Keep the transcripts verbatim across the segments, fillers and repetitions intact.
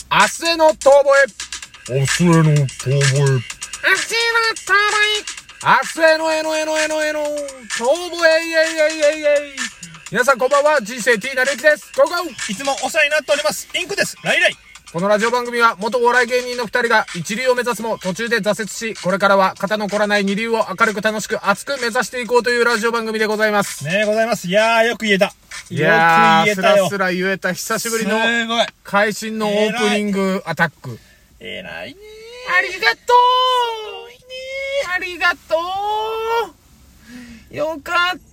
明日への遠吠え。明日への遠吠え。明日への遠吠え。明日へのえのえのえのえの遠吠え。イェイイェイイェイイェイ。皆さんこんばんは。人生 T なりゆきです。ゴーゴー。 いつもお世話になっております。インクです。ライライ。 このラジオ番組は元お笑い芸人の二人が一流を目指すも途中で挫折し、これからは肩の凝らない二流を明るく楽しく熱く目指していこうというラジオ番組でございます。 ねえございます。いやーよく言えた。 いやー、 よく言えたよ。 スラスラ言えた。久しぶりのすごい。 会心のオープニングアタック。 えらいねありがとう。いいねありがとう。よかった。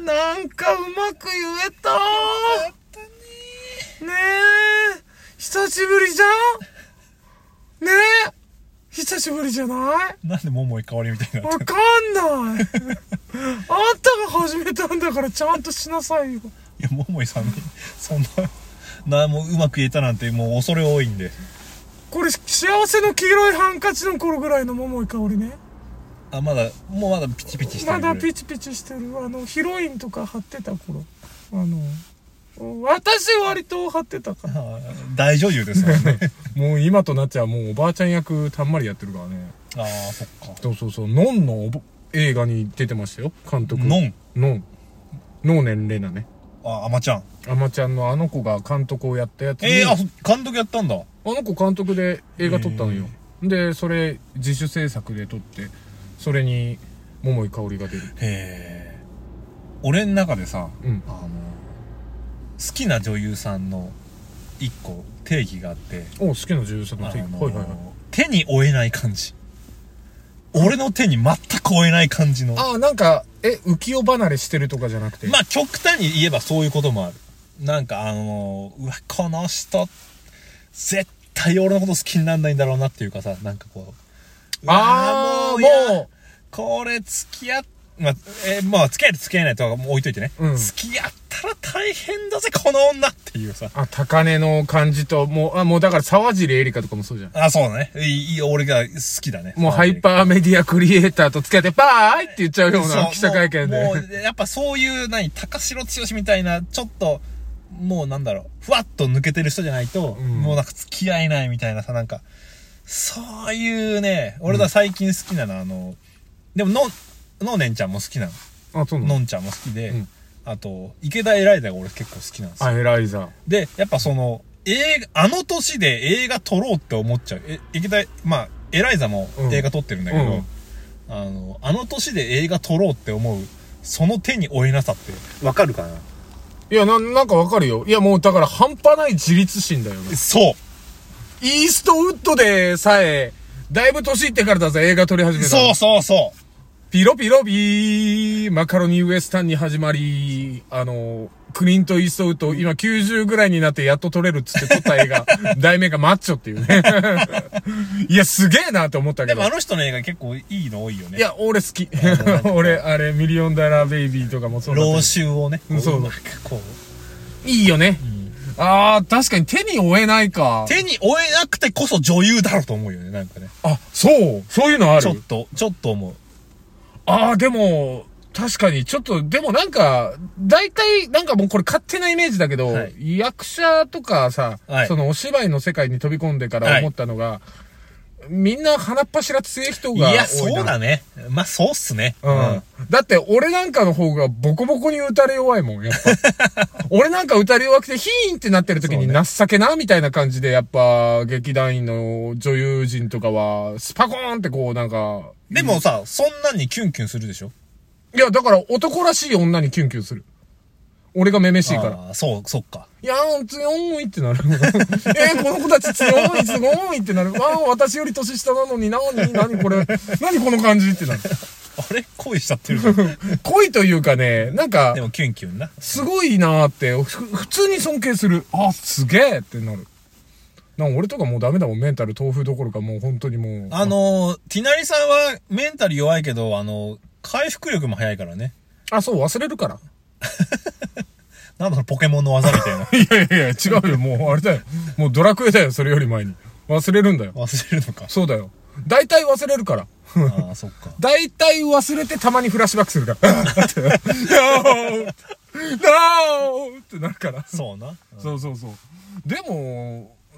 なんかうまく言えた。よかったね。ねえ。久しぶりじゃんねえ久しぶりじゃないなんで桃井かおりみたいになってるわかんないあんたが始めたんだからちゃんとしなさいよ。 いや桃井さんにそんななもううまく言えたなんてもう恐れ多いんで。 これ幸せの黄色いハンカチの頃ぐらいの桃井かおりね。 あまだもうまだピチピチしてる。 まだピチピチしてる。あのヒロインとか貼ってた頃、あの私割と張ってたから。 大女優ですからねもう今となっちゃもうおばあちゃん役たんまりやってるからね。 ああそっか。 そうそうそう。ノンの映画に出てましたよ監督。 ノンノンノーネンレナね。 ああまちゃんあまちゃんのあの子が監督をやったやつに。 えー、あ監督やったんだ。あの子監督で映画撮ったのよ。でそれ自主制作で撮ってそれに桃井かおりが出る。 へえ。俺の中でさ、 うん、 あの好きな女優さんの一個定義があって。 お好きな女優さんの定義、あのー、はいはいはい。 手に負えない感じ。俺の手に全く負えない感じの。 ああなんかえ浮世離れしてるとかじゃなくて。 まあ極端に言えばそういうこともある。なんかあのー、うわこの人絶対俺のこと好きになんないんだろうなっていうかさ、なんかこうああもうもうこれ付き合っまあ、えー、まあ付き合える付き合えないとはもう置いといてね、うん、付き合ったら大変だぜこの女っていうさ。 あ高根の感じともうあもうだから沢尻エリカとかもそうじゃん。 あそうだね。いい俺が好きだね。 もうハイパーメディアクリエイターと付き合ってバーイって言っちゃうような記者会見で。 もうもうやっぱそういう何高城剛みたいなちょっともうなんだろうふわっと抜けてる人じゃないと、うん、もうなんか付き合えないみたいなさ、なんかそういうね俺が最近好きなの、うん、あのでもののねんちゃんも好きなの。 あそうなの。 のんちゃんも好きで、うん、あと池田エライザが俺結構好きなんですよ。 あエライザでやっぱその映画あの年で映画撮ろうって思っちゃう。え池田まあエライザも映画撮ってるんだけど、うんうん、あのあの年で映画撮ろうって思うその手に負えなさってわかるかな。 いやななんかわかるよ。いやもうだから半端ない自立心だよね。 そうイーストウッドでさえだいぶ年いってからだぜ映画撮り始めた。 そうそうそうピロピロビーマカロニウエスタンに始まり、あのクリント・イーストウッド今きゅうじゅうぐらいになってやっと撮れるっつって撮った映画題名がマッチョっていうねいやすげえなって思ったけど。 でもあの人の映画結構いいの多いよね。 いや俺好き俺あれミリオンダラーベイビーとかもそうだった。 老衆をねそうなんかこういいよね、うん、ああ確かに手に負えないか。 手に負えなくてこそ女優だろうと思うよねなんかね。 あそうそういうのある。 ちょっとちょっと思う。 ああ、でも、確かに、ちょっと、でもなんか、大体、なんかもうこれ勝手なイメージだけど、はい、役者とかさ、はい、そのお芝居の世界に飛び込んでから思ったのが、はい、みんな鼻っ柱強い人が多いな。 いや、そうだね。まあ、そうっすね。 うん。うん、だって、俺なんかの方がボコボコに打たれ弱いもん、やっぱ。俺なんか打たれ弱くて、ヒーンってなってる時に情けな、みたいな感じで、やっぱ、劇団員の女優陣とかは、スパコーンってこう、なんか、 でもさ、そんなにキュンキュンするでしょ。 いや、だから男らしい女にキュンキュンする。俺がめめしいから。 ああ、そう、そっか。 いやー、強いってなる。えー、この子たち強い、すごいってなる。ああ、私より年下なのに、なに、なにこれ、なにこの感じってなる。 あれ恋しちゃってるじゃん。 恋というかね、なんか、 でもキュンキュンな。 すごいなーって、普通に尊敬する。あ、すげえってなる。なんか俺とかもうダメだもん、メンタル豆腐どころかもう本当にもう。 あのー、ティナリさんはメンタル弱いけど、あのー、回復力も早いからね。 あ、そう、忘れるから。 なんだろ、ポケモンの技みたいな。 いやいやいや、違うよ、もうあれだよ。もうドラクエだよ、それより前に。忘れるんだよ。 忘れるのか。 そうだよ。大体忘れるから。 ああ、そっか。 大体忘れてたまにフラッシュバックするから。ノーノーってなるから。 そうな。 うん、そうそうそう。でも、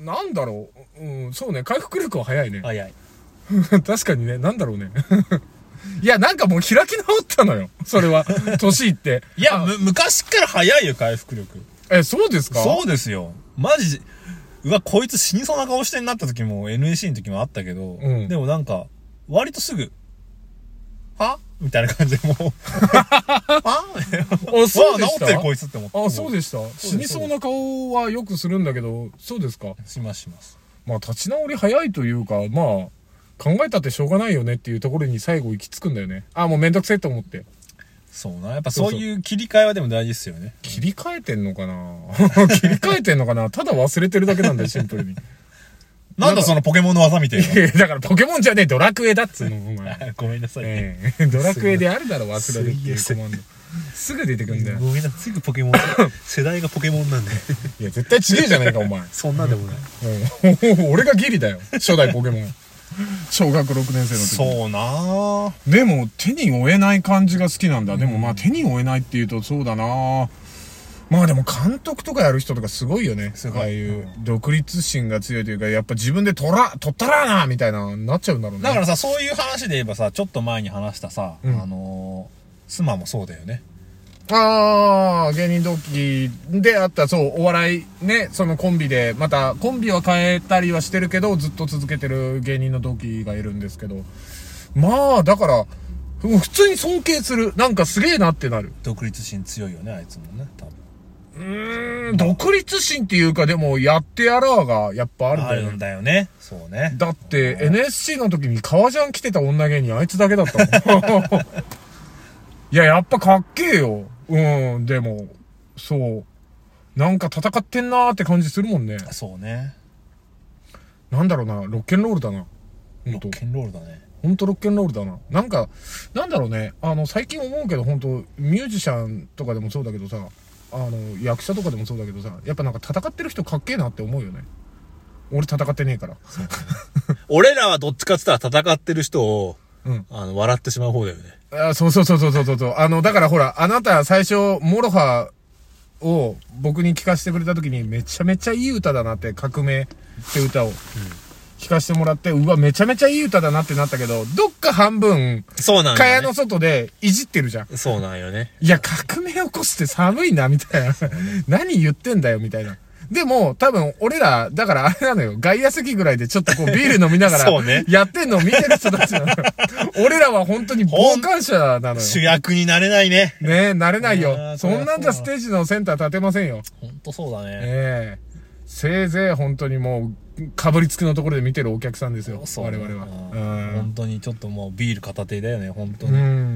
なんだろう。うん、そうね。回復力は早いね。 早い。 確かにね。なんだろうね。いや、なんかもう開き直ったのよ。それは。年いって。 いや、む、昔から早いよ、回復力。 え、そうですか？ そうですよ。マジ、うわ、こいつ死にそうな顔してんなった時も エヌエーシー の時もあったけど、うん、でもなんか、割とすぐ、はみたいな感じでもう、ああ、そうでした。治ってるこいつって思って。 あ、そうでした。死にそうな顔はよくするんだけど、そうですか？ しますします。 まあ、立ち直り早いというか、まあ、考えたってしょうがないよねっていうところに最後行き着くんだよね。あ、もうめんどくせえと思って。 そうな。やっぱそういう切り替えはでも大事っすよね。 切り替えてんのかな切り替えてんのかなただ忘れてるだけなんだよ、シンプルに。 なんだそのポケモンの技みたいな。 だからポケモンじゃねえ、ドラクエだっつうの、お前。 ごめんなさい、ね。 ええー、ドラクエであるだろ、忘れるっていうコマンド。すぐ出てくんだよ。 ごめんなさい、すぐポケモン。世代がポケモンなんで。 いや、絶対違えじゃねえか、お前。 そんなでもない。 うん、俺がギリだよ、初代ポケモン。小学ろくねん生の時。 そうなでも、手に負えない感じが好きなんだ。でもまあ、手に負えないって言うとそうだなまあでも監督とかやる人とかすごいよね。ああいう独立心が強いというか、やっぱ自分で取ら、取ったらなみたいな、なっちゃうんだろうね。 だからさ、そういう話で言えばさ、ちょっと前に話したさ、うん、あのー、スマもそうだよね。 ああ、芸人同期であった、そう、お笑いね、そのコンビで、また、コンビは変えたりはしてるけど、ずっと続けてる芸人の同期がいるんですけど、まあ、だから、普通に尊敬する。なんかすげえなってなる。 独立心強いよね、あいつもね、多分。 うーん、独立心っていうか、でも、やってやらーが、やっぱあるんだよね。 あるんだよね。そうね。 だって、エヌエスシー の時に革ジャン着てた女芸人、あいつだけだったもん。いや、やっぱかっけえよ。うん、でも、そう。なんか戦ってんなーって感じするもんね。 そうね。 なんだろうな、ロッケンロールだな。 ロッケンロールだね。 ほんとロッケンロールだな。なんか、なんだろうね。あの、最近思うけど、ほんと、ミュージシャンとかでもそうだけどさ、あの、役者とかでもそうだけどさ、やっぱなんか戦ってる人かっけえなって思うよね。俺戦ってねえから。 俺らはどっちかって言ったら戦ってる人を、うん。あの、笑ってしまう方だよね。 あ、そうそうそうそうそうそう。あの、だからほら、あなた最初、モロハを僕に聞かせてくれた時にめちゃめちゃいい歌だなって、革命って歌を聞かせてもらって、うわ、めちゃめちゃいい歌だなってなったけど、どっか半分、 そうなんだ、ね。蚊帳の外でいじってるじゃん。 そうなんよね。 いや、革命起こすって寒いな、みたいな。何言ってんだよ、みたいな。でも、多分、俺ら、だからあれなのよ。外野席ぐらいでちょっとこう、ビール飲みながら、そうね。やってんのを見てる人たちなのよ。俺らは本当に傍観者なのよ。 主役になれないね。 ねえ、なれないよ。そんなんじゃステージのセンター立てませんよ。 ほんとそうだね。 ええ。せいぜい本当にもう、かぶりつきのところで見てるお客さんですよ。我々は。 うん。本当にちょっともうビール片手だよね、本当に。うん。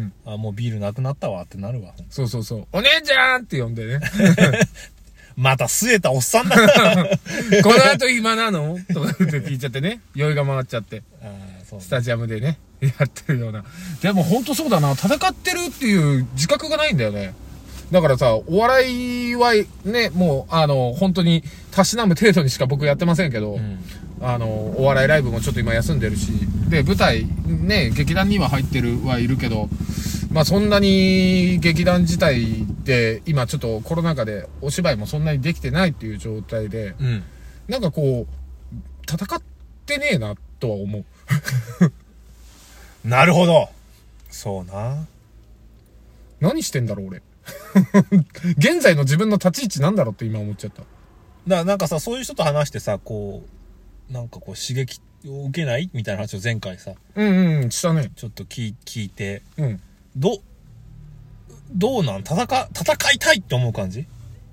あ、もうビールなくなったわってなるわ。 そうそうそう。お姉ちゃんって呼んでね。 また据えたおっさんだ。 この後暇なのとかって聞いちゃってね。酔いが回っちゃって。あそうね、スタジアムでね。やってるような。でもほんとそうだな。戦ってるっていう自覚がないんだよね。だからさ、お笑いはね、もう、あの、本当に、たしなむ程度にしか僕やってませんけど、うん、あの、お笑いライブもちょっと今休んでるし、で、舞台、ね、劇団には入ってるはいるけど、まあそんなに劇団自体で、今ちょっとコロナ禍でお芝居もそんなにできてないっていう状態で、うん、なんかこう、戦ってねえな、とは思う。 なるほど。そうな。 何してんだろう、俺。現在の自分の立ち位置なんだろうって今思っちゃった。だからなんかさ、そういう人と話してさ、こう、なんかこう刺激を受けないみたいな話を前回さ。 うんうん、したね。 ちょっと聞, 聞いて。うん。ど、どうなん戦、戦いたいって思う感じ？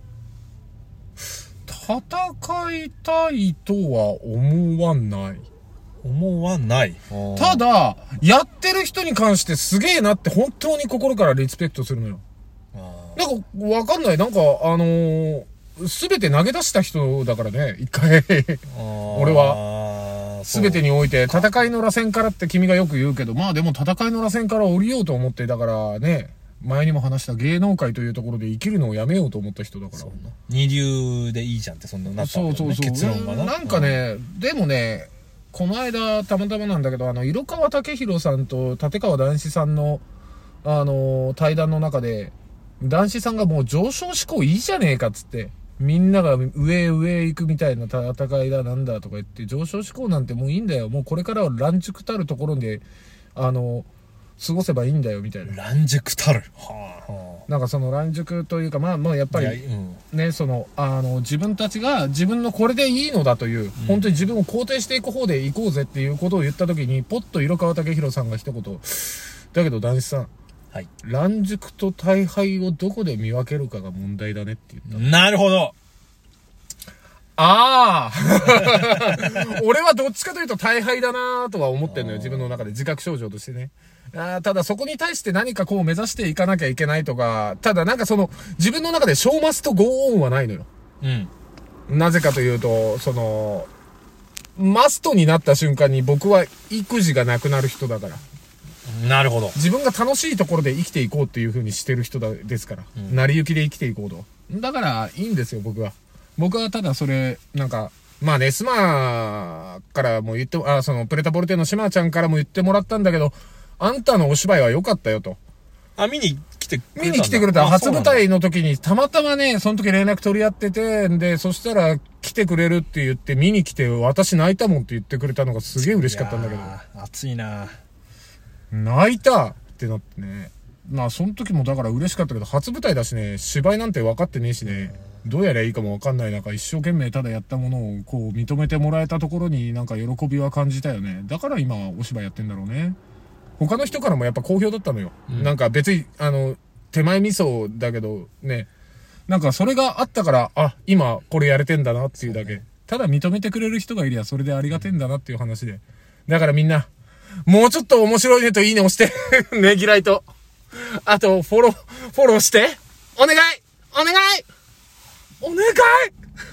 戦いたいとは思わない。 思わない。 ただ、やってる人に関してすげえなって本当に心からリスペクトするのよ。なんか、わかんない。なんか、あのー、すべて投げ出した人だからね、一回。俺は。すべてにおいて、戦いの螺旋からって君がよく言うけど、まあでも戦いの螺旋から降りようと思って、だからね、前にも話した芸能界というところで生きるのをやめようと思った人だから。 二流でいいじゃんってそんななったんだよね。そうそうそう。結論がな。 なんかね、でもね、この間、たまたまなんだけど、あの、色川武宏さんと立川談志さんの、あのー、対談の中で、男子さんがもう上昇志向いいじゃねえかっつって、 みんなが上上行くみたいな戦いだなんだとか言って上昇志向なんてもういいんだよ。もうこれからは乱熟たるところで、あの、過ごせばいいんだよみたいな。 乱熟たる。はあ。なんかその乱熟というか、まあまあやっぱり、うん、ね、その、あの、自分たちが自分のこれでいいのだという、うん、本当に自分を肯定していく方で行こうぜっていうことを言ったときに、ポッと色川武宏さんが一言、だけど男子さん、はい。乱熟と大敗をどこで見分けるかが問題だねって言った。 なるほど。 ああ俺はどっちかというと大敗だなとは思ってんのよ。自分の中で自覚症状としてね。あただそこに対して何かこう目指していかなきゃいけないとか、ただなんかその自分の中で小マスとゴーオンはないのよ。うん。なぜかというと、その、マストになった瞬間に僕は育児がなくなる人だから。 なるほど。 自分が楽しいところで生きていこうっていう風にしてる人だですから、うん、成り行きで生きていこうと。だからいいんですよ、僕は。僕はただそれ、なんか、まあね、スマからも言って、あ、そのプレタポルテのシマちゃんからも言ってもらったんだけど、あんたのお芝居は良かったよと。 あ、見に来てくれたんだ。 見に来てくれた。初舞台の時にたまたまね、その時連絡取り合ってて、で、そしたら来てくれるって言って見に来て、私泣いたもんって言ってくれたのがすげえ嬉しかったんだけど。 熱いな。 泣いたってなってね。まあその時もだから嬉しかったけど、初舞台だしね、芝居なんて分かってねえしね、どうやりゃいいかも分かんない中、一生懸命ただやったものをこう認めてもらえたところになんか喜びは感じたよね。だから今お芝居やってんだろうね。他の人からもやっぱ好評だったのよ。うん、なんか別に、あの、手前味噌だけどね、なんかそれがあったから、あ、今これやれてんだなっていうだけ。ただ認めてくれる人がいりゃそれでありがてんだなっていう話で。だからみんな、もうちょっと面白いねといいね押して、ねぎらいと。あと、フォロー、フォローして。お願いお願いお願い